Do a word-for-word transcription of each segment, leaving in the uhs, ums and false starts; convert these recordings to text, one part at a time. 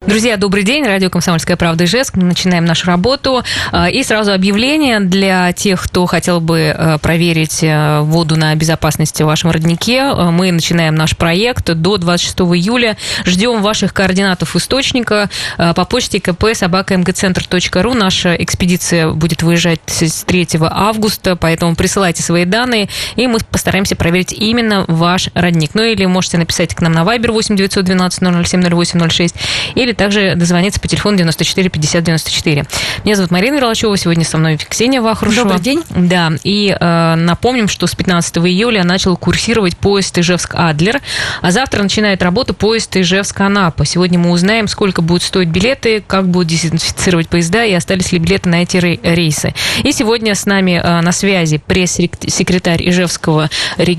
Друзья, добрый день. Радио «Комсомольская правда» Ижевск. Мы начинаем нашу работу. И сразу объявление для тех, кто хотел бы проверить воду на безопасность в вашем роднике. Мы начинаем наш проект до двадцать шестого июля. Ждем ваших координатов источника по почте ка пэ собака эм гэ центр точка ру. Наша экспедиция будет выезжать с третьего августа, поэтому присылайте свои данные, и мы постараемся проверить именно ваш родник. Ну или можете написать к нам на Viber восемь девятьсот двенадцать ноль ноль семь ноль восемь ноль шесть, или также дозвониться по телефону девяносто четыре пятьдесят девяносто четыре. Меня зовут Марина Мерлачева, сегодня со мной Ксения Вахрушева. Добрый день. Да, и э, напомним, что с пятнадцатого июля начал курсировать поезд Ижевск-Адлер, а завтра начинает работу поезд Ижевск-Анапа. Сегодня мы узнаем, сколько будут стоить билеты, как будут дезинфицировать поезда и остались ли билеты на эти рейсы. И сегодня с нами э, на связи пресс-секретарь Ижевского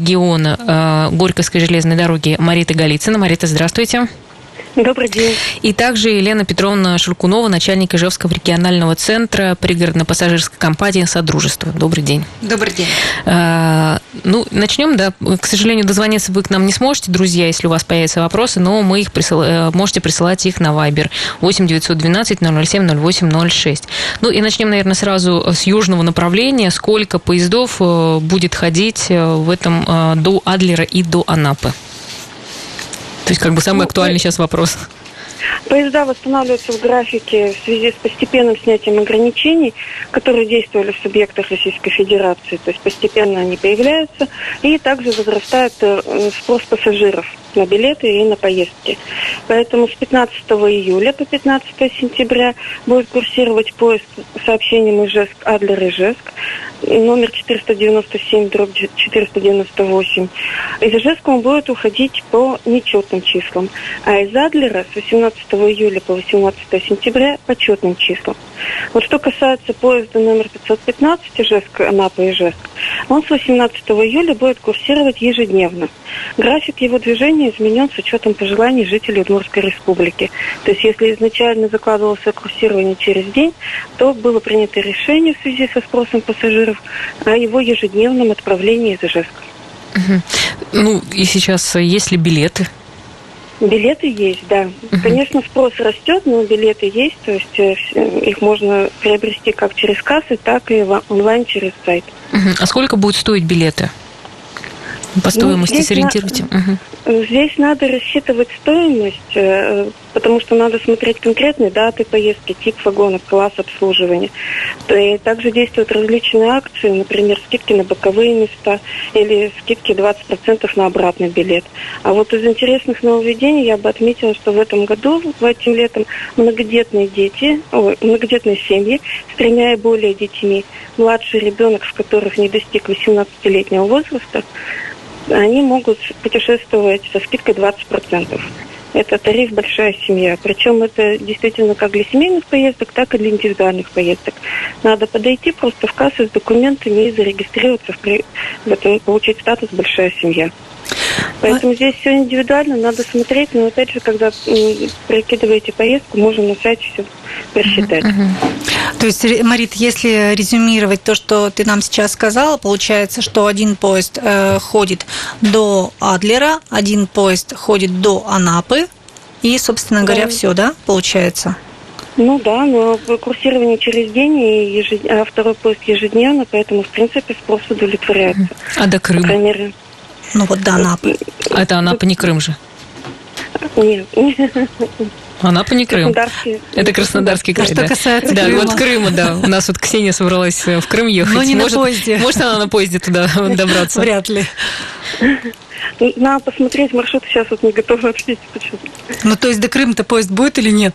региона э, Горьковской железной дороги Марита Голицына. Марита, здравствуйте. Добрый день. И также Елена Петровна Шуркунова, начальник Ижевского регионального центра пригородно-пассажирской компании «Содружество». Добрый день. Добрый день. А, ну, начнем, да. К сожалению, дозвониться вы к нам не сможете, друзья, если у вас появятся вопросы, но мы их присыл... можете присылать их на Viber восемь девятьсот двенадцать ноль ноль семь ноль восемь ноль шесть. Ну и начнем, наверное, сразу с южного направления. Сколько поездов будет ходить в этом до Адлера и до Анапы? То есть, как бы, самый актуальный сейчас вопрос. Поезда восстанавливаются в графике в связи с постепенным снятием ограничений, которые действовали в субъектах Российской Федерации. То есть, постепенно они появляются, и также возрастает спрос пассажиров на билеты и на поездки. Поэтому с пятнадцатого июля по пятнадцатого сентября будет курсировать поезд с сообщением Ижевск-Адлер-Ижевск, номер четыреста девяносто семь дробь четыреста девяносто восемь. Из Ижевска он будет уходить по нечетным числам, а из Адлера с восемнадцатого июля по восемнадцатого сентября по четным числам. Вот что касается поезда номер пятьсот пятнадцать Ижевск-Анапа-Ижевск, он с восемнадцатого июля будет курсировать ежедневно. График его движения изменен с учетом пожеланий жителей Удмуртской республики. То есть, если изначально закладывался курсирование через день, то было принято решение в связи со спросом пассажиров о его ежедневном отправлении из Ижевска. Угу. Ну, и сейчас есть ли билеты? Билеты есть, да. Uh-huh. Конечно, спрос растет, но билеты есть, то есть их можно приобрести как через кассы, так и онлайн через сайт. Uh-huh. А сколько будут стоить билеты? По стоимости ну, сориентируйте. На... Uh-huh. Здесь надо рассчитывать стоимость, потому что надо смотреть конкретные даты поездки, тип вагона, класс обслуживания. И также действуют различные акции, например, скидки на боковые места или скидки двадцать процентов на обратный билет. А вот из интересных нововведений я бы отметила, что в этом году, в этим летом, многодетные дети, ой, многодетные семьи с тремя и более детьми, младший ребенок, в которых не достиг восемнадцатилетнего возраста, они могут путешествовать со скидкой двадцать процентов. Это тариф «Большая семья». Причем это действительно как для семейных поездок, так и для индивидуальных поездок. Надо подойти просто в кассу с документами и зарегистрироваться, в, в этом, получить статус «Большая семья». Поэтому здесь все индивидуально, надо смотреть, но опять же, когда м, прикидываете поездку, можно на сайте все просчитать. Uh-huh, uh-huh. То есть, Марит, если резюмировать то, что ты нам сейчас сказала, получается, что один поезд э, ходит до Адлера, один поезд ходит до Анапы, и, собственно говоря, да. Все, да, получается? Ну да, но курсирование через день, и ежед... а второй поезд ежедневно, поэтому, в принципе, спрос удовлетворяется. А до Крыма? По крайней мере... Ну вот до Анапы. А это Анапа, не Крым же? Нет. Анапа не Крым. Это Краснодарский край, а да. Что касается да, Крыма. Вот Крыма, да. У нас вот Ксения собралась в Крым ехать. Но не может, на поезде. Может, она на поезде туда добраться? Вряд ли. Надо посмотреть маршрут, сейчас вот не готова ответить. Ну, то есть до Крыма-то поезд будет или нет?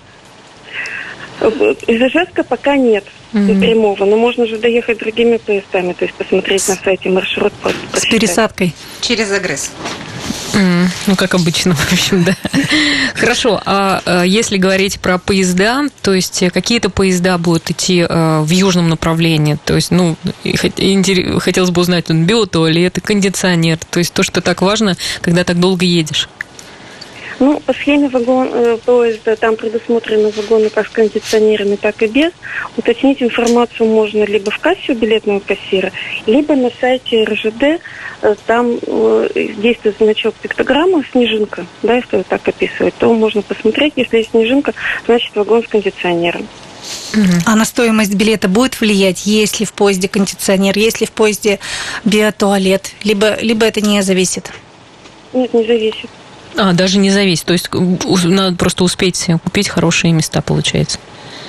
Из Ижевска пока нет mm-hmm. прямого, но можно же доехать другими поездами, то есть посмотреть на сайте маршрут. С пересадкой. Через Агресс. Mm, ну, как обычно, в общем, да. Хорошо, а, а если говорить про поезда, то есть какие-то поезда будут идти а, в южном направлении, то есть, ну, хотелось бы узнать, биотуалет, кондиционер, то есть то, что так важно, когда так долго едешь. Ну, по схеме вагон, э, поезда там предусмотрены вагоны как с кондиционерами, так и без. Уточнить информацию можно либо в кассе у билетного кассира, либо на сайте эр жэ дэ. Э, там э, действует значок пиктограмма «Снежинка». Да, если вот так описывать, то можно посмотреть. Если есть снежинка, значит вагон с кондиционером. А на стоимость билета будет влиять, есть ли в поезде кондиционер, есть ли в поезде биотуалет, либо, либо это не зависит? Нет, не зависит. А, даже не зависит. То есть надо просто успеть купить хорошие места, получается.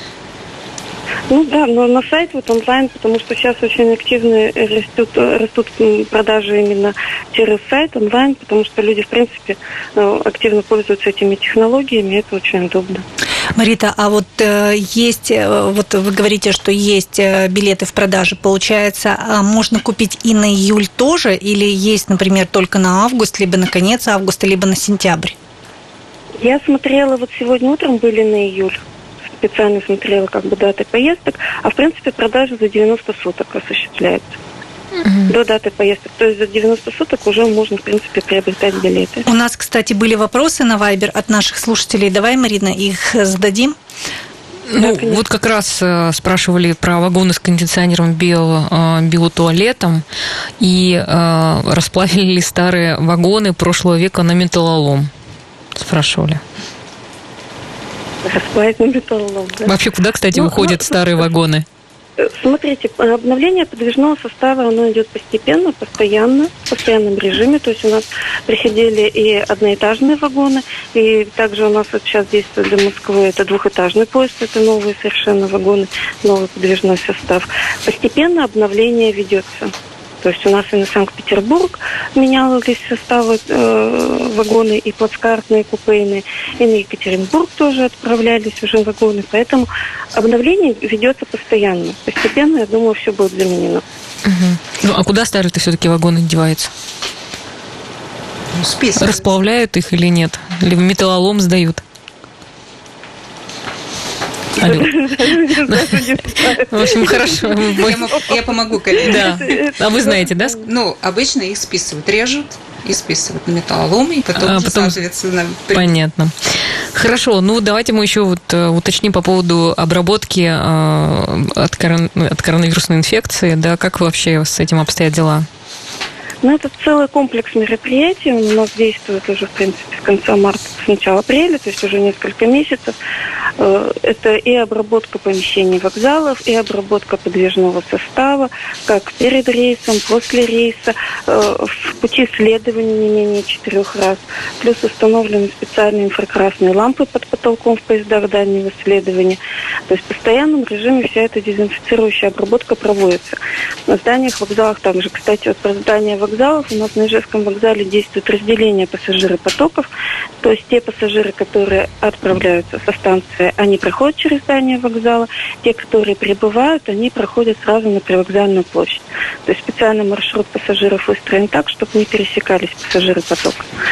Ну да, но на сайт вот онлайн, потому что сейчас очень активно растут, растут продажи именно через сайт онлайн, потому что люди, в принципе, активно пользуются этими технологиями, и это очень удобно. Марита, а вот э, есть, вот вы говорите, что есть билеты в продаже, получается, можно купить и на июль тоже, или есть, например, только на август, либо на конец августа, либо на сентябрь? Я смотрела, вот сегодня утром были на июль. Специально смотрела как бы даты поездок, а в принципе продажа за девяносто суток осуществляется. Mm-hmm. До даты поездок. То есть за девяносто суток уже можно, в принципе, приобретать билеты. У нас, кстати, были вопросы на Вайбер от наших слушателей. Давай, Марина, их зададим. Ну, да, вот как раз э, спрашивали про вагоны с кондиционером био, э, биотуалетом и э, расплавили ли старые вагоны прошлого века на металлолом. Спрашивали. Расплавить на металлолом, да? Вообще, куда, кстати, ну, выходят ну, старые вагоны? Смотрите, обновление подвижного состава, оно идет постепенно, постоянно, в постоянном режиме. То есть у нас приходили и одноэтажные вагоны, и также у нас вот сейчас действует для Москвы это двухэтажный поезд, это новые совершенно вагоны, новый подвижной состав. Постепенно обновление ведется. То есть у нас и на Санкт-Петербург менялись составы э, вагоны и плацкартные, и купейные, и на Екатеринбург тоже отправлялись уже вагоны. Поэтому обновление ведется постоянно. Постепенно, я думаю, все будет заменено. Угу. Ну, а куда старые-то все-таки вагоны деваются? Списывают. Расплавляют их или нет? Или в металлолом сдают? Алло. В общем, хорошо. Я помогу, коллега. Да. А вы знаете, да? Ну, обычно их списывают, режут и списывают на металлолом, и потом, а, уже, потом... соответственно... Понятно. Хорошо, ну давайте мы еще вот уточним по поводу обработки э, от, корон... от коронавирусной инфекции. Да, как вообще с этим обстоят дела? Ну, это целый комплекс мероприятий. Он у нас действует уже, в принципе, с конца марта, с начала апреля, то есть уже несколько месяцев. Это и обработка помещений вокзалов, и обработка подвижного состава, как перед рейсом, после рейса, в пути следования не менее четырех раз. Плюс установлены специальные инфракрасные лампы под потолком в поездах дальнего следования. То есть в постоянном режиме вся эта дезинфицирующая обработка проводится. На зданиях, вокзалах также. Кстати, вот про здание вокзалов у нас на Ижевском вокзале действует разделение пассажиропотоков. То есть те пассажиры, которые отправляются со станции, они проходят через здание вокзала. Те, которые прибывают, они проходят сразу на привокзальную площадь. То есть специальный маршрут пассажиров выстроен так, чтобы не пересекались пассажиропоток.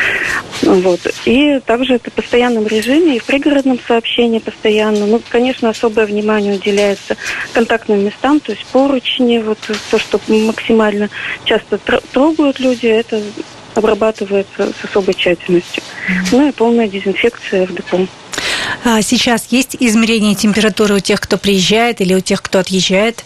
Вот. И также это в постоянном режиме и в пригородном сообщении постоянно. Ну, конечно, особое внимание уделяется контактным местам, то есть поручни, вот то, что максимально часто трогают люди, это обрабатывается с особой тщательностью. Ну и полная дезинфекция в депо. А сейчас есть измерение температуры у тех, кто приезжает, или у тех, кто отъезжает?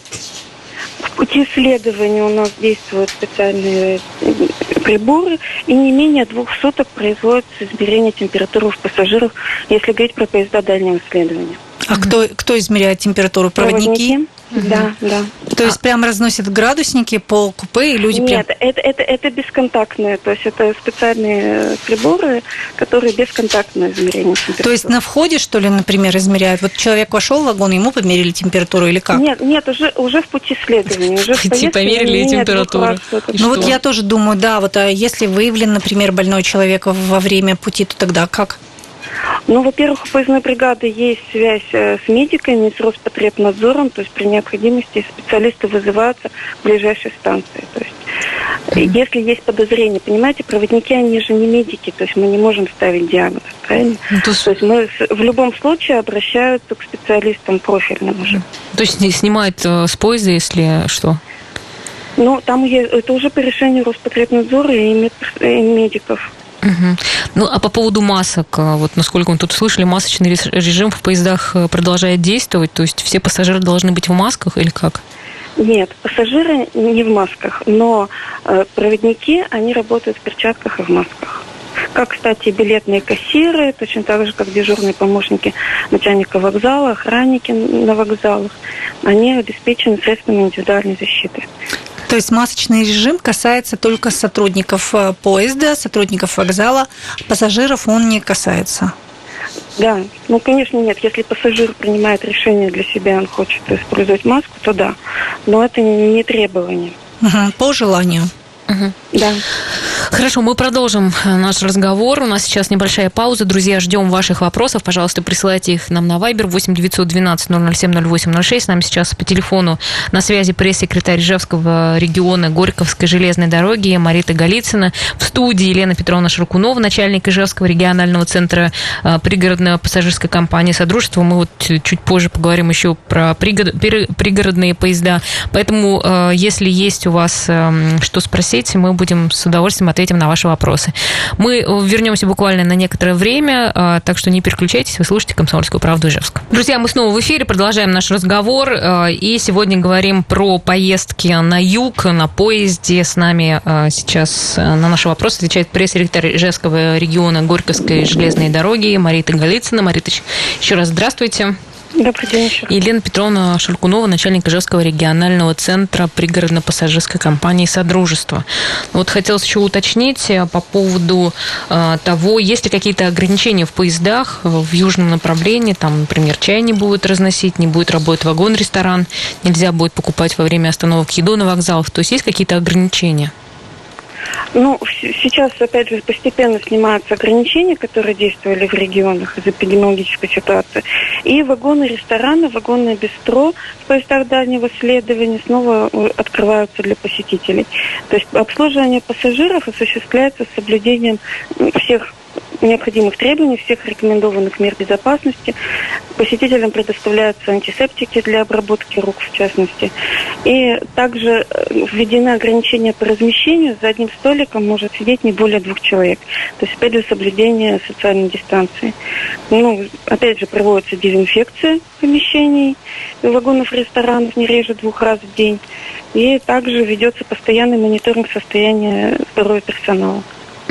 В пути следования у нас действуют специальные приборы, и не менее двух суток производится измерение температуры у пассажиров, если говорить про поезда дальнего следования. А mm-hmm. кто, кто измеряет температуру? Проводники? Проводники. Mm-hmm. Да, да. То есть а. прям разносят градусники по купе, и люди Нет, прям... это, это, это бесконтактные, то есть это специальные приборы, которые бесконтактное измерение температуры. То есть на входе, что ли, например, измеряют? Вот человек вошел в вагон, ему померили температуру или как? Нет, нет, уже, уже в пути следования. Уже в пути померили температуру. Ну вот я тоже думаю, да, вот а если выявлен, например, больной человек во время пути, то тогда как? Ну, во-первых, у поездной бригады есть связь с медиками, с Роспотребнадзором, то есть при необходимости специалисты вызываются к ближайшей станции. То есть, mm-hmm. если есть подозрение, понимаете, проводники, они же не медики, то есть мы не можем ставить диагноз, правильно? Mm-hmm. То есть мы в любом случае обращаются к специалистам профильным уже. Mm-hmm. То есть снимают с поезда, если что? Ну, там это уже по решению Роспотребнадзора и, мед, и медиков. Угу. Ну, а по поводу масок, вот насколько мы тут слышали, масочный режим в поездах продолжает действовать, то есть все пассажиры должны быть в масках или как? Нет, пассажиры не в масках, но э, проводники, они работают в перчатках и в масках. Как, кстати, билетные кассиры, точно так же, как дежурные помощники начальника вокзала, охранники на вокзалах, они обеспечены средствами индивидуальной защиты. То есть масочный режим касается только сотрудников поезда, сотрудников вокзала, пассажиров он не касается? Да, ну, конечно, нет. Если пассажир принимает решение для себя, он хочет использовать маску, то да. Но это не требование. Угу, по желанию. Угу. Да. Хорошо, мы продолжим наш разговор. У нас сейчас небольшая пауза. Друзья, ждем ваших вопросов. Пожалуйста, присылайте их нам на Viber восемь девятьсот двенадцать ноль ноль семь ноль восемь ноль шесть. С нами сейчас по телефону на связи пресс-секретарь Ижевского региона Горьковской железной дороги Марита Голицына. В студии Елена Петровна Шаркунова, начальник Ижевского регионального центра пригородной пассажирской компании «Содружество». Мы вот чуть позже поговорим еще про пригородные поезда. Поэтому, если есть у вас что спросить, мы будем с удовольствием ответим на ваши вопросы. Мы вернемся буквально на некоторое время, так что не переключайтесь, вы слушаете «Комсомольскую правду» Ижевск. Друзья, мы снова в эфире, продолжаем наш разговор, и сегодня говорим про поездки на юг, на поезде. С нами сейчас на наши вопросы отвечает пресс-секретарь Ижевского региона Горьковской железной дороги Марита Голицына. Марита, еще раз здравствуйте. Добрый день еще. Елена Петровна Шаркунова, начальник Ижевского регионального центра пригородно-пассажирской компании «Содружество». Вот хотелось еще уточнить по поводу э, того, есть ли какие-то ограничения в поездах в южном направлении, там, например, чай не будут разносить, не будет работать вагон-ресторан, нельзя будет покупать во время остановок еду на вокзалах, то есть есть какие-то ограничения? Ну, сейчас, опять же, постепенно снимаются ограничения, которые действовали в регионах из эпидемиологической ситуации. И вагоны рестораны, вагоны бистро в поездах дальнего следования снова открываются для посетителей. То есть обслуживание пассажиров осуществляется с соблюдением всех необходимых требований, всех рекомендованных мер безопасности. Посетителям предоставляются антисептики для обработки рук, в частности. И также введены ограничения по размещению. За одним столиком может сидеть не более двух человек. То есть, опять же, соблюдение социальной дистанции. Ну, опять же, проводится дезинфекция помещений, вагонов, ресторанов не реже двух раз в день. И также ведется постоянный мониторинг состояния здоровья персонала.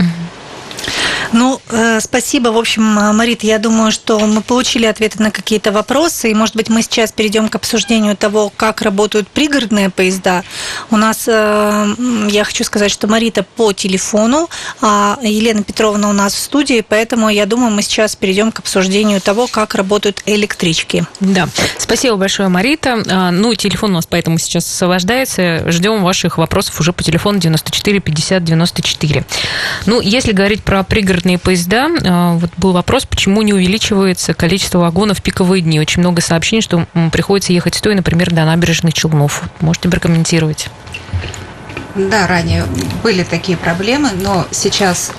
Ну, э, спасибо. В общем, Марит, я думаю, что мы получили ответы на какие-то вопросы, и, может быть, мы сейчас перейдем к обсуждению того, как работают пригородные поезда. У нас, э, я хочу сказать, что Марита по телефону, а Елена Петровна у нас в студии, поэтому, я думаю, мы сейчас перейдем к обсуждению того, как работают электрички. Да, спасибо большое, Марита. Ну, телефон у нас поэтому сейчас освобождается. Ждем ваших вопросов уже по телефону девяносто четыре пятьдесят девяносто четыре. Ну, если говорить про пригородные поезда, вот был вопрос, почему не увеличивается количество вагонов в пиковые дни. Очень много сообщений, что приходится ехать стоя, например, до набережных Челнов. Можете прокомментировать? Да, ранее были такие проблемы, но сейчас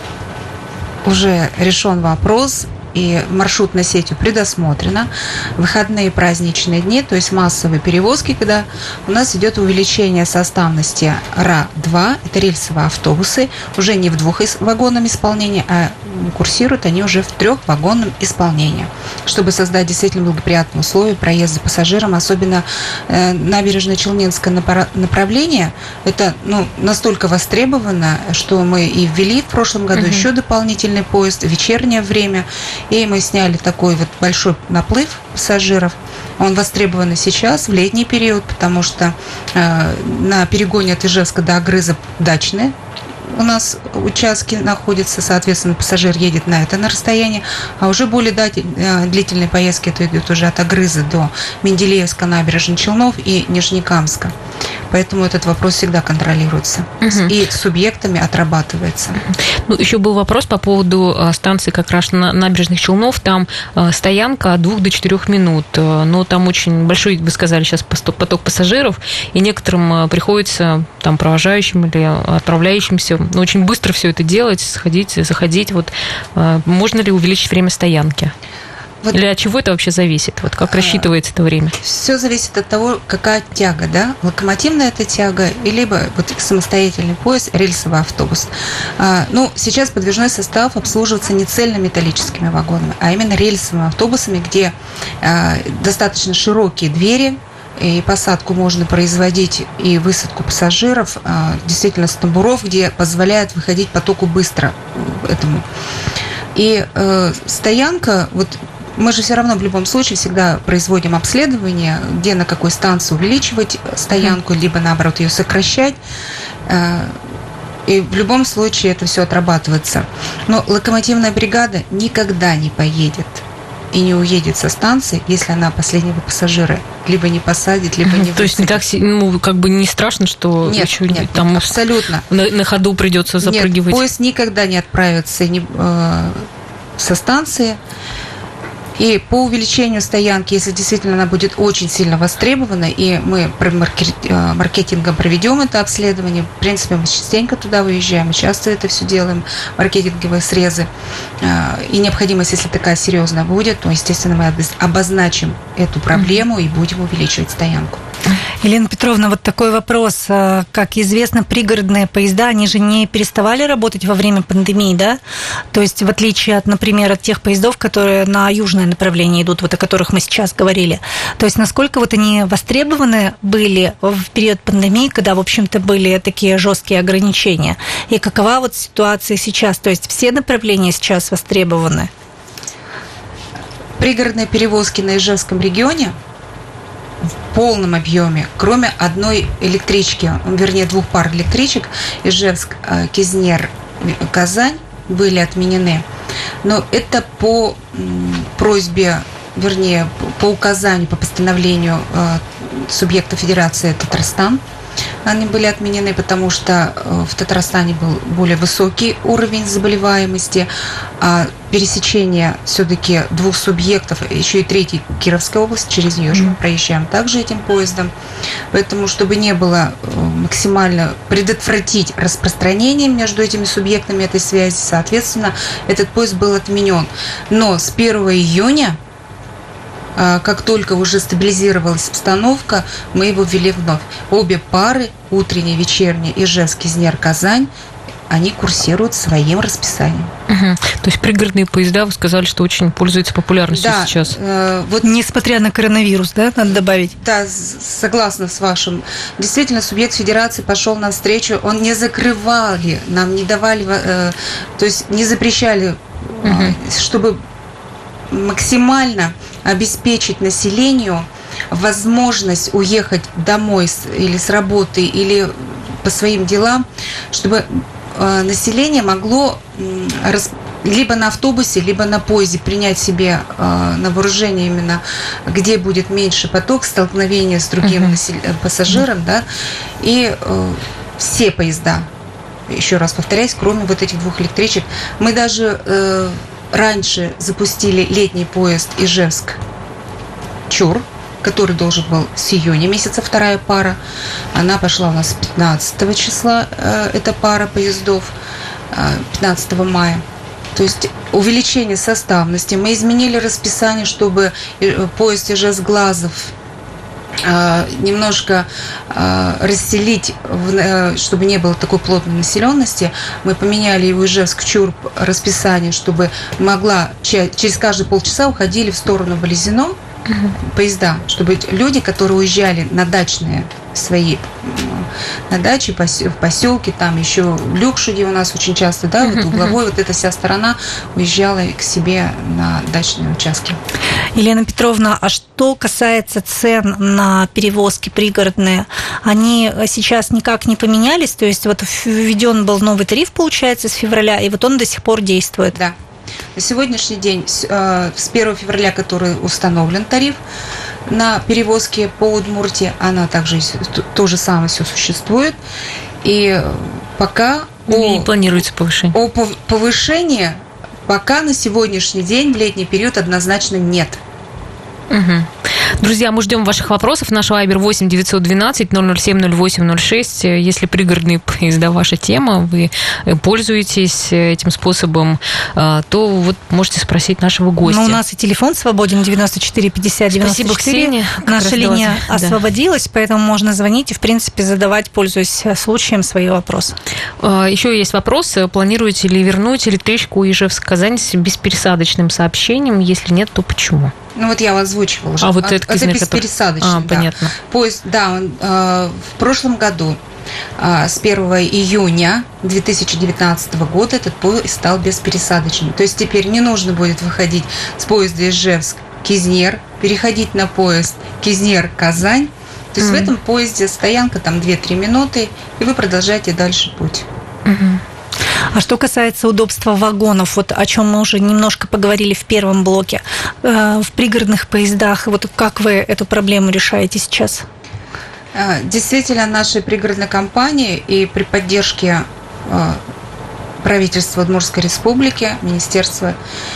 уже решен вопрос, и маршрутной сетью предусмотрено выходные и праздничные дни, то есть массовые перевозки, когда у нас идет увеличение составности эр а два, это рельсовые автобусы, уже не в двухвагонном исполнении, а курсируют они уже в трехвагонном исполнении, чтобы создать действительно благоприятные условия проезда пассажирам, особенно э, набережно-челнинское направление. Это ну, настолько востребовано, что мы и ввели в прошлом году uh-huh. еще дополнительный поезд в вечернее время, и мы сняли такой вот большой наплыв пассажиров. Он востребован и сейчас, в летний период, потому что э, на перегоне от Ижевска до Агрыза дачные у нас участки находятся, соответственно, пассажир едет на это на расстояние, а уже более длительные поездки это идут уже от Агрыза до Менделеевска, набережных Челнов и Нижнекамска. Поэтому этот вопрос всегда контролируется угу. и субъектами отрабатывается. Ну, еще был вопрос по поводу станции как раз на набережных Челнов. Там стоянка от двух до четырех минут, но там очень большой, вы сказали, сейчас поток пассажиров, и некоторым приходится там провожающим или отправляющимся ну, очень быстро все это делать, сходить, заходить. Вот, можно ли увеличить время стоянки? Вот, или от чего это вообще зависит? Вот как рассчитывается это время? Все зависит от того, какая тяга, да? Локомотивная это тяга, и либо вот самостоятельный поезд, рельсовый автобус. А, ну, сейчас подвижной состав обслуживается не цельнометаллическими вагонами, а именно рельсовыми автобусами, где а, достаточно широкие двери, и посадку можно производить, и высадку пассажиров, а, действительно с тамбуров, где позволяет выходить потоку быстро этому. И э, стоянка, вот мы же все равно в любом случае всегда производим обследование, где на какой станции увеличивать стоянку, либо наоборот ее сокращать. И в любом случае это все отрабатывается. Но локомотивная бригада никогда не поедет и не уедет со станции, если она последнего пассажира либо не посадит, либо не высадит. То есть не так, ну, как бы не страшно, что нет, еще нет, там абсолютно. На, на ходу придется запрыгивать? Нет, поезд никогда не отправится не, э, со станции. И по увеличению стоянки, если действительно она будет очень сильно востребована, и мы маркетингом проведем это обследование, в принципе, мы частенько туда выезжаем, часто это все делаем, маркетинговые срезы, и необходимость, если такая серьезная будет, то, естественно, мы обозначим эту проблему и будем увеличивать стоянку. Елена Петровна, вот такой вопрос. Как известно, пригородные поезда, они же не переставали работать во время пандемии, да? То есть, в отличие от, например, от тех поездов, которые на южное направление идут, вот о которых мы сейчас говорили. То есть, насколько вот они востребованы были в период пандемии, когда, в общем-то, были такие жесткие ограничения? И какова вот ситуация сейчас? То есть, все направления сейчас востребованы? Пригородные перевозки на Ижевском регионе в полном объеме, кроме одной электрички, вернее, двух пар электричек, Ижевск, Кизнер, Казань, были отменены. Но это по просьбе, вернее, по указанию, по постановлению субъекта Федерации Татарстан. Они были отменены, потому что в Татарстане был более высокий уровень заболеваемости, а пересечение все-таки двух субъектов, еще и третий Кировская область, через нее же мы проезжаем также этим поездом. Поэтому, чтобы не было максимально предотвратить распространение между этими субъектами этой связи, соответственно, этот поезд был отменен. Но с первого июня, как только уже стабилизировалась обстановка, мы его ввели вновь. Обе пары, утренняя, вечерняя, Ижевск, Кизнер, Казань, они курсируют своим расписанием. Угу. То есть пригородные поезда, вы сказали, что очень пользуются популярностью да, сейчас. Э, вот несмотря на коронавирус, да, надо добавить? Да, согласна с вашим. Действительно, субъект Федерации пошел навстречу, он не закрывали, нам не давали, э, то есть не запрещали, угу. э, чтобы максимально обеспечить населению возможность уехать домой с, или с работы, или по своим делам, чтобы э, население могло э, рас, либо на автобусе, либо на поезде принять себе э, на вооружение именно, где будет меньше поток столкновения с другим uh-huh. насел... пассажиром, uh-huh. да, и э, все поезда, еще раз повторяюсь, кроме вот этих двух электричек. Мы даже э, раньше запустили летний поезд Ижевск-Чур, который должен был с июня месяца, вторая пара. Она пошла у нас пятнадцатого числа, э, эта пара поездов, э, пятнадцатого мая. То есть увеличение составности. Мы изменили расписание, чтобы поезд Ижевск-Глазов э, немножко э, расселить, в, э, чтобы не было такой плотной населенности. Мы поменяли его Ижевск-Чур расписание, чтобы могла через каждые полчаса уходили в сторону Болезино uh-huh. поезда, чтобы люди, которые уезжали на дачные свои, на даче, в поселке, там еще в Люкшуде у нас очень часто, да, uh-huh. вот угловой, вот эта вся сторона уезжала к себе на дачные участки. Елена Петровна, а что касается цен на перевозки пригородные, они сейчас никак не поменялись? То есть вот введен был новый тариф, получается, с февраля, и вот он до сих пор действует? Да. На сегодняшний день, с первого февраля, который установлен тариф на перевозки по Удмуртии, она также то же самое все существует. И пока не о, планируется повышение. О повышении пока на сегодняшний день в летний период однозначно нет. Угу. Друзья, мы ждем ваших вопросов. Наш вайбер восемь девятьсот двенадцать ноль ноль семь ноль восемь ноль шесть. Если пригородные поезда ваша тема, вы пользуетесь этим способом, то вот можете спросить нашего гостя. Ну, у нас и телефон свободен девяносто четыре пятьдесят девяносто четыре. Спасибо, Ксения. Наша линия да. освободилась, поэтому можно звонить и, в принципе, задавать, пользуясь случаем, свои вопросы. Еще есть вопрос. Планируете ли вернуть электричку Ижевск-Казань с беспересадочным сообщением? Если нет, то почему? Ну вот я озвучивала уже. А вот это, это, это который... беспересадочный, а, да. понятно. Поезд, да, он, э, в прошлом году э, с первого июня две тысячи девятнадцатого года этот поезд стал беспересадочным. То есть теперь не нужно будет выходить с поезда Ижевск-Кизнер, переходить на поезд Кизнер-Казань. То есть mm-hmm. в этом поезде стоянка там две-три минуты, и вы продолжаете дальше путь. Mm-hmm. А что касается удобства вагонов, вот о чем мы уже немножко поговорили в первом блоке, в пригородных поездах, вот как вы эту проблему решаете сейчас? Действительно, нашей пригородной компании и при поддержке правительства Удмуртской республики, Министерства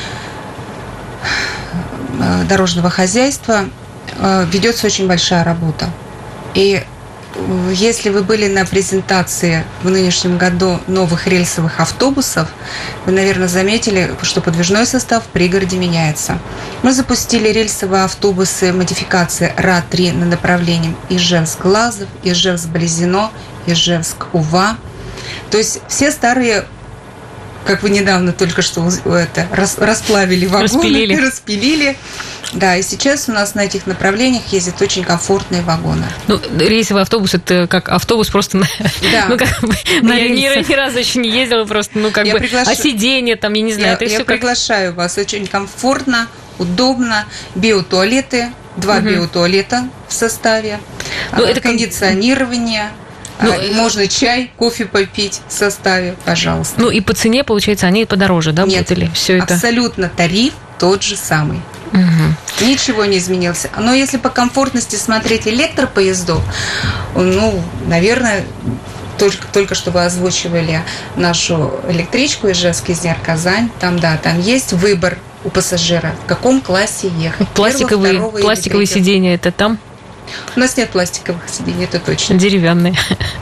дорожного хозяйства ведется очень большая работа. И если вы были на презентации в нынешнем году новых рельсовых автобусов, вы, наверное, заметили, что подвижной состав в пригороде меняется. Мы запустили рельсовые автобусы модификации РА три на направлении Ижевск-Глазов, Ижевск-Близино, Ижевск-Ува. То есть все старые, как вы недавно только что это, расплавили вагоны, распилили. распилили. Да, и сейчас у нас на этих направлениях ездят очень комфортные вагоны. Ну, рейсовый автобус – это как автобус просто на… Да. Ну, как бы, на я ни, ни разу еще не ездила просто, ну, как я бы, приглашу... а сиденье там, я не знаю. Я, это я все приглашаю как... вас, очень комфортно, удобно, биотуалеты, два угу. биотуалета в составе, ну, это кондиционирование. Ну, а, можно чай, кофе попить в составе, пожалуйста. Ну и по цене, получается, они подороже, да, Нет, будут? Или все это? Абсолютно тариф тот же самый. Угу. Ничего не изменился. Но если по комфортности смотреть электропоездов, ну, наверное, только, только что вы озвучивали нашу электричку Ижевск-Кизнер-Казань, там, да, там есть выбор у пассажира, в каком классе ехать. Пластиковые, Первого, пластиковые сиденья это там? У нас нет пластиковых сидений, это точно. Деревянные.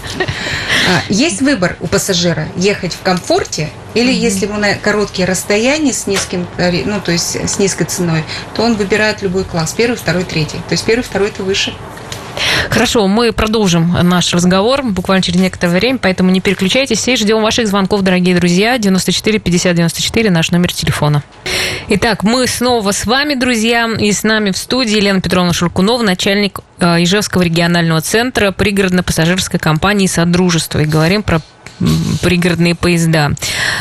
Есть выбор у пассажира ехать в комфорте, или mm-hmm. если ему на короткие расстояния с низким, ну, то есть с низкой ценой, то он выбирает любой класс, первый, второй, третий. То есть первый, второй – это выше. Хорошо, мы продолжим наш разговор буквально через некоторое время, поэтому не переключайтесь и ждем ваших звонков, дорогие друзья. девяносто четыре пятьдесят девяносто четыре наш номер телефона. Итак, мы снова с вами, друзья, и с нами в студии Елена Петровна Шуркунова, начальник Ижевского регионального центра пригородно-пассажирской компании «Содружество». И говорим про пригородные поезда.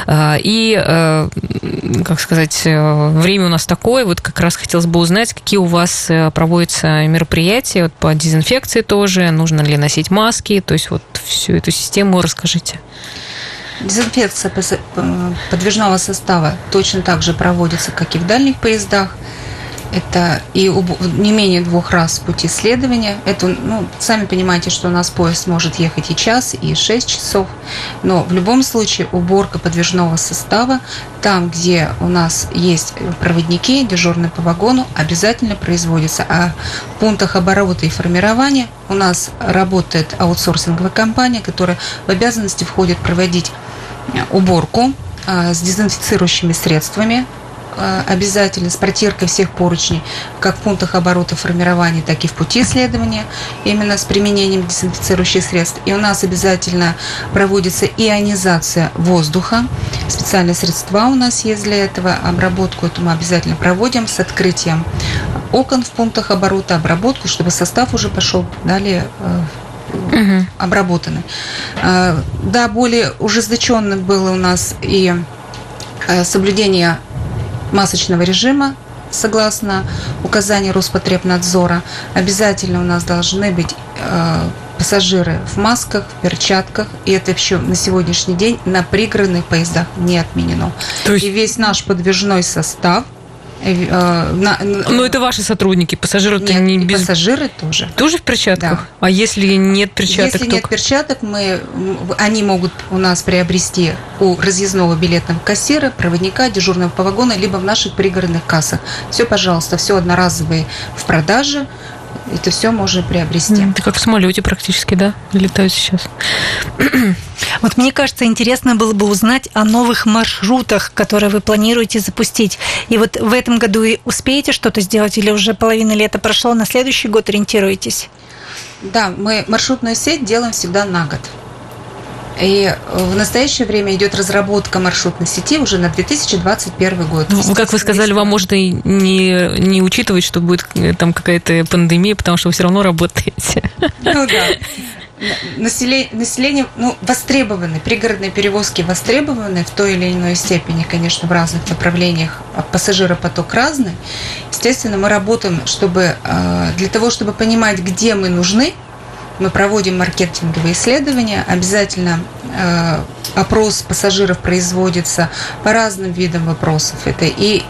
И, как сказать, время у нас такое. Вот как раз хотелось бы узнать, какие у вас проводятся мероприятия вот по дезинфекции тоже, нужно ли носить маски, то есть вот всю эту систему расскажите. Дезинфекция подвижного состава точно так же проводится, как и в дальних поездах. Это и не менее двух раз пути следования. Это, ну, сами понимаете, что у нас поезд может ехать и час, и шесть часов. Но в любом случае уборка подвижного состава там, где у нас есть проводники, дежурные по вагону, обязательно производится. А в пунктах оборота и формирования у нас работает аутсорсинговая компания, которая в обязанности входит проводить уборку с дезинфицирующими средствами, обязательно с протиркой всех поручней, как в пунктах оборота формирования, так и в пути следования, именно с применением дезинфицирующих средств. И у нас обязательно проводится ионизация воздуха. Специальные средства у нас есть для этого. Обработку эту мы обязательно проводим с открытием окон в пунктах оборота, обработку, чтобы состав уже пошел далее угу. обработанный. Да, более ужесточенным было у нас и соблюдение масочного режима, согласно указанию Роспотребнадзора. Обязательно у нас должны быть э, пассажиры в масках, в перчатках, и это еще на сегодняшний день на пригородных поездах не отменено. То есть... И весь наш подвижной состав Но это ваши сотрудники, пассажиры-то нет, не и без... пассажиры тоже. Тоже в перчатках? Да. А если нет перчаток? Если только... нет перчаток, мы, они могут у нас приобрести у разъездного билетного кассира, проводника, дежурного по вагону, либо в наших пригородных кассах. Все, пожалуйста, все одноразовые в продаже. Это все можно приобрести. Это как в самолете практически, да, летают сейчас. Вот мне кажется, интересно было бы узнать о новых маршрутах, которые вы планируете запустить. И вот в этом году успеете что-то сделать или уже половина лета прошло, на следующий год ориентируетесь? Да, мы маршрутную сеть делаем всегда на год. И в настоящее время идет разработка маршрутной сети уже на две тысячи двадцать первый год. Ну, как вы сказали, вам можно и не, не учитывать, что будет там какая-то пандемия, потому что вы все равно работаете. Ну да. Население, население ну, востребованы, пригородные перевозки востребованы в той или иной степени, конечно, в разных направлениях, пассажиропоток разный. Естественно, мы работаем, чтобы, для того, чтобы понимать, где мы нужны, мы проводим маркетинговые исследования, обязательно э, опрос пассажиров производится по разным видам вопросов. Это и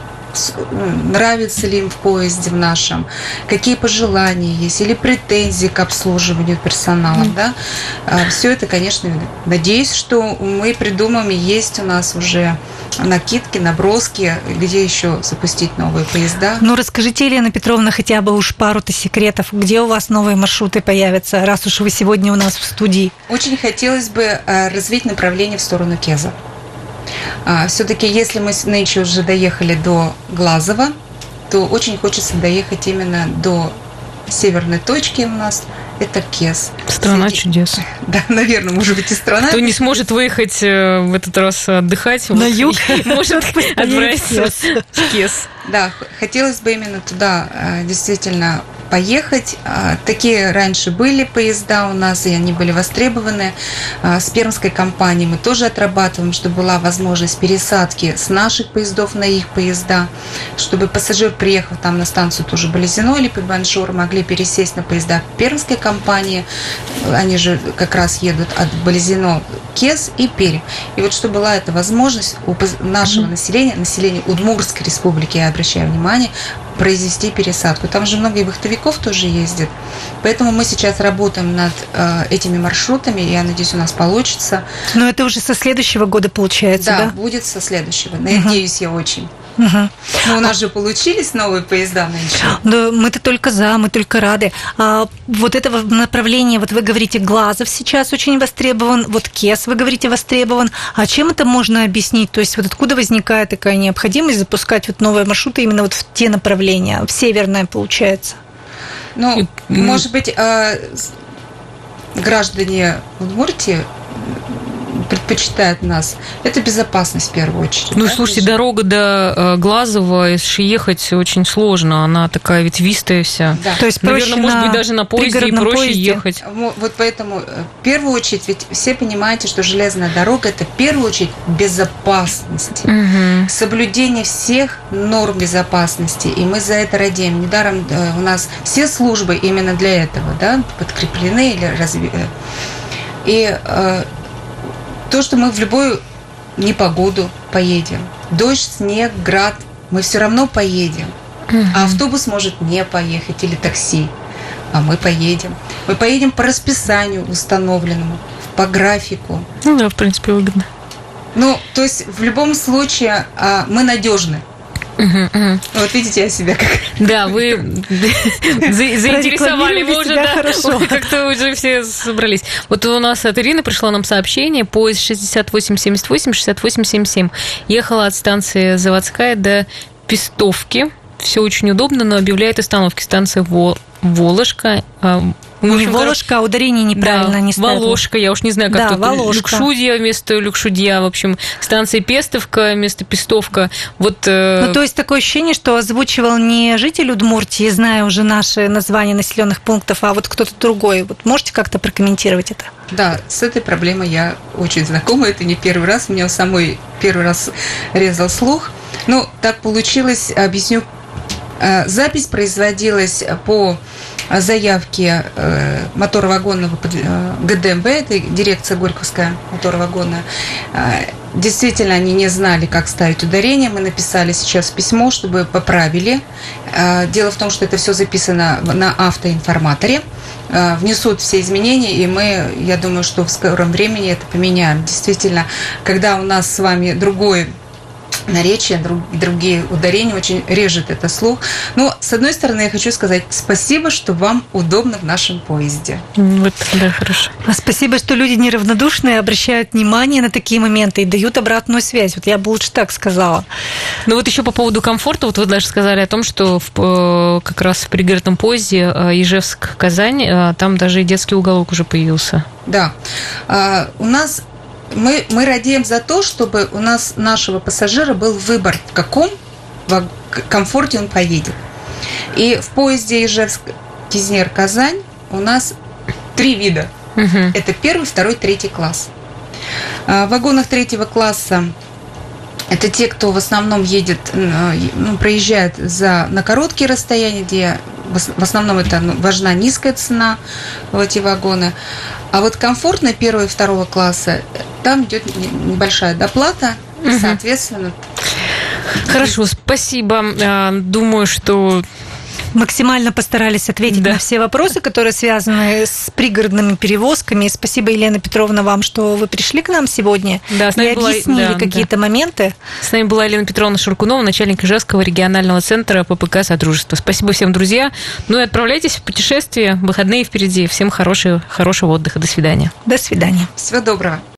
нравится ли им в поезде в нашем, какие пожелания есть, или претензии к обслуживанию персонала. Mm. Да? Все это, конечно, надеюсь, что мы придумаем, и есть у нас уже накидки, наброски, где еще запустить новые поезда. Ну, расскажите, Елена Петровна, хотя бы уж пару-то секретов, где у вас новые маршруты появятся, раз уж вы сегодня у нас в студии? Очень хотелось бы развить направление в сторону Кеза. Все-таки, если мы нынче уже доехали до Глазова, то очень хочется доехать именно до северной точки у нас. Это Кез. Страна Среди... чудес. Да, наверное, может быть, и страна. Кто не сможет выехать в этот раз отдыхать, на вот, юг, может отправиться в Кез. Да, хотелось бы именно туда действительно поехать. Такие раньше были поезда у нас, и они были востребованы. С пермской компанией мы тоже отрабатываем, чтобы была возможность пересадки с наших поездов на их поезда, чтобы пассажир, приехав там на станцию тоже Болезино или Пибаншор, могли пересесть на поезда пермской компании. Они же как раз едут от Болезино, Кез и Пермь. И вот чтобы была эта возможность у нашего mm-hmm. населения, населения Удмуртской республики, я обращаю внимание, произвести пересадку. Там же много и вахтовиков тоже ездит. Поэтому мы сейчас работаем над э, этими маршрутами, и я надеюсь, у нас получится. Но это уже со следующего года получается, да? Да, будет со следующего. Надеюсь, uh-huh. я очень. Uh-huh. Но у нас же получились новые поезда нынче. Да, мы-то только за, мы только рады. А вот этого направления, вот вы говорите, Глазов сейчас очень востребован, вот Кез, вы говорите, востребован. А чем это можно объяснить? То есть вот откуда возникает такая необходимость запускать вот новые маршруты именно вот в те направления, в северное, получается? Ну, И... может быть, граждане Удмуртии предпочитают нас. Это безопасность в первую очередь. Ну, да, слушайте, дорога до э, Глазова, если ехать, очень сложно. Она такая ветвистая вся. Да. То есть, наверное, может быть, даже на поезде и проще поезде. ехать. Вот поэтому, в первую очередь, ведь все понимаете, что железная дорога – это в первую очередь безопасность. Угу. Соблюдение всех норм безопасности. И мы за это радеем. Недаром э, у нас все службы именно для этого, да, подкреплены или разве... И э, то, что мы в любую непогоду поедем, дождь, снег, град, мы все равно поедем. Uh-huh. А автобус может не поехать или такси, а мы поедем. Мы поедем по расписанию установленному, по графику. Ну да, в принципе, выгодно. Ну, то есть в любом случае мы надежны. Uh-huh, uh-huh. Вот видите, я себя как... Да, вы заинтересовали, мы уже, да, как-то уже все собрались. Вот у нас от Ирины пришло нам сообщение, поезд шестьдесят восемь семьдесят восемь шестьдесят восемь семьдесят семь ехала от станции Заводская до Пестовки. Все очень удобно, но объявляет остановки. Станция Воложка. Не Воложка, а ударение неправильно да, не ставят. Воложка, я уж не знаю, как да, тут. Воложка. Люкшудья вместо Люкшудья, в общем, станция Пестовка вместо Пестовка. Вот, э... Ну, то есть такое ощущение, что озвучивал не житель Удмуртии, зная уже наши названия населенных пунктов, а вот кто-то другой. Вот можете как-то прокомментировать это? Да, с этой проблемой я очень знакома. Это не первый раз. У меня у самой первый раз резал слух. Ну, так получилось, объясню. Запись производилась по заявки моторовагонного ГДМБ, это дирекция Горьковская моторовагонная. Действительно, они не знали, как ставить ударение. Мы написали сейчас письмо, чтобы поправили. Дело в том, что это все записано на автоинформаторе. Внесут все изменения, и мы, я думаю, что в скором времени это поменяем. Действительно, когда у нас с вами другой наречия, друг, другие ударения, очень режет это слух. Но, с одной стороны, я хочу сказать спасибо, что вам удобно в нашем поезде. Вот, да, хорошо. Спасибо, что люди неравнодушные, обращают внимание на такие моменты и дают обратную связь. Вот я бы лучше так сказала. Ну вот еще по поводу комфорта, вот вы даже сказали о том, что в, как раз в пригородном поезде Ижевск-Казань, там даже и детский уголок уже появился. Да. У нас Мы, мы радеем за то, чтобы у нас, нашего пассажира, был выбор, в каком комфорте он поедет. И в поезде Ижевск-Кизнер-Казань у нас три вида. Угу. Это первый, второй, третий класс. В вагонах третьего класса это те, кто в основном едет, ну, проезжает за, на короткие расстояния, где в основном это важна низкая цена в эти вагоны. А вот комфортно первого и второго класса, там идет небольшая доплата, угу. Соответственно. Хорошо, спасибо. Думаю, что максимально постарались ответить да. на все вопросы, которые связаны с пригородными перевозками. Спасибо, Елена Петровна, вам, что вы пришли к нам сегодня да, и объяснили была... да, какие-то да. моменты. С нами была Елена Петровна Шуркунова, начальник Ижевского регионального центра ППК «Содружество». Спасибо всем, друзья. Ну и отправляйтесь в путешествие. Выходные впереди. Всем хорошего, хорошего отдыха. До свидания. До свидания. Всего доброго.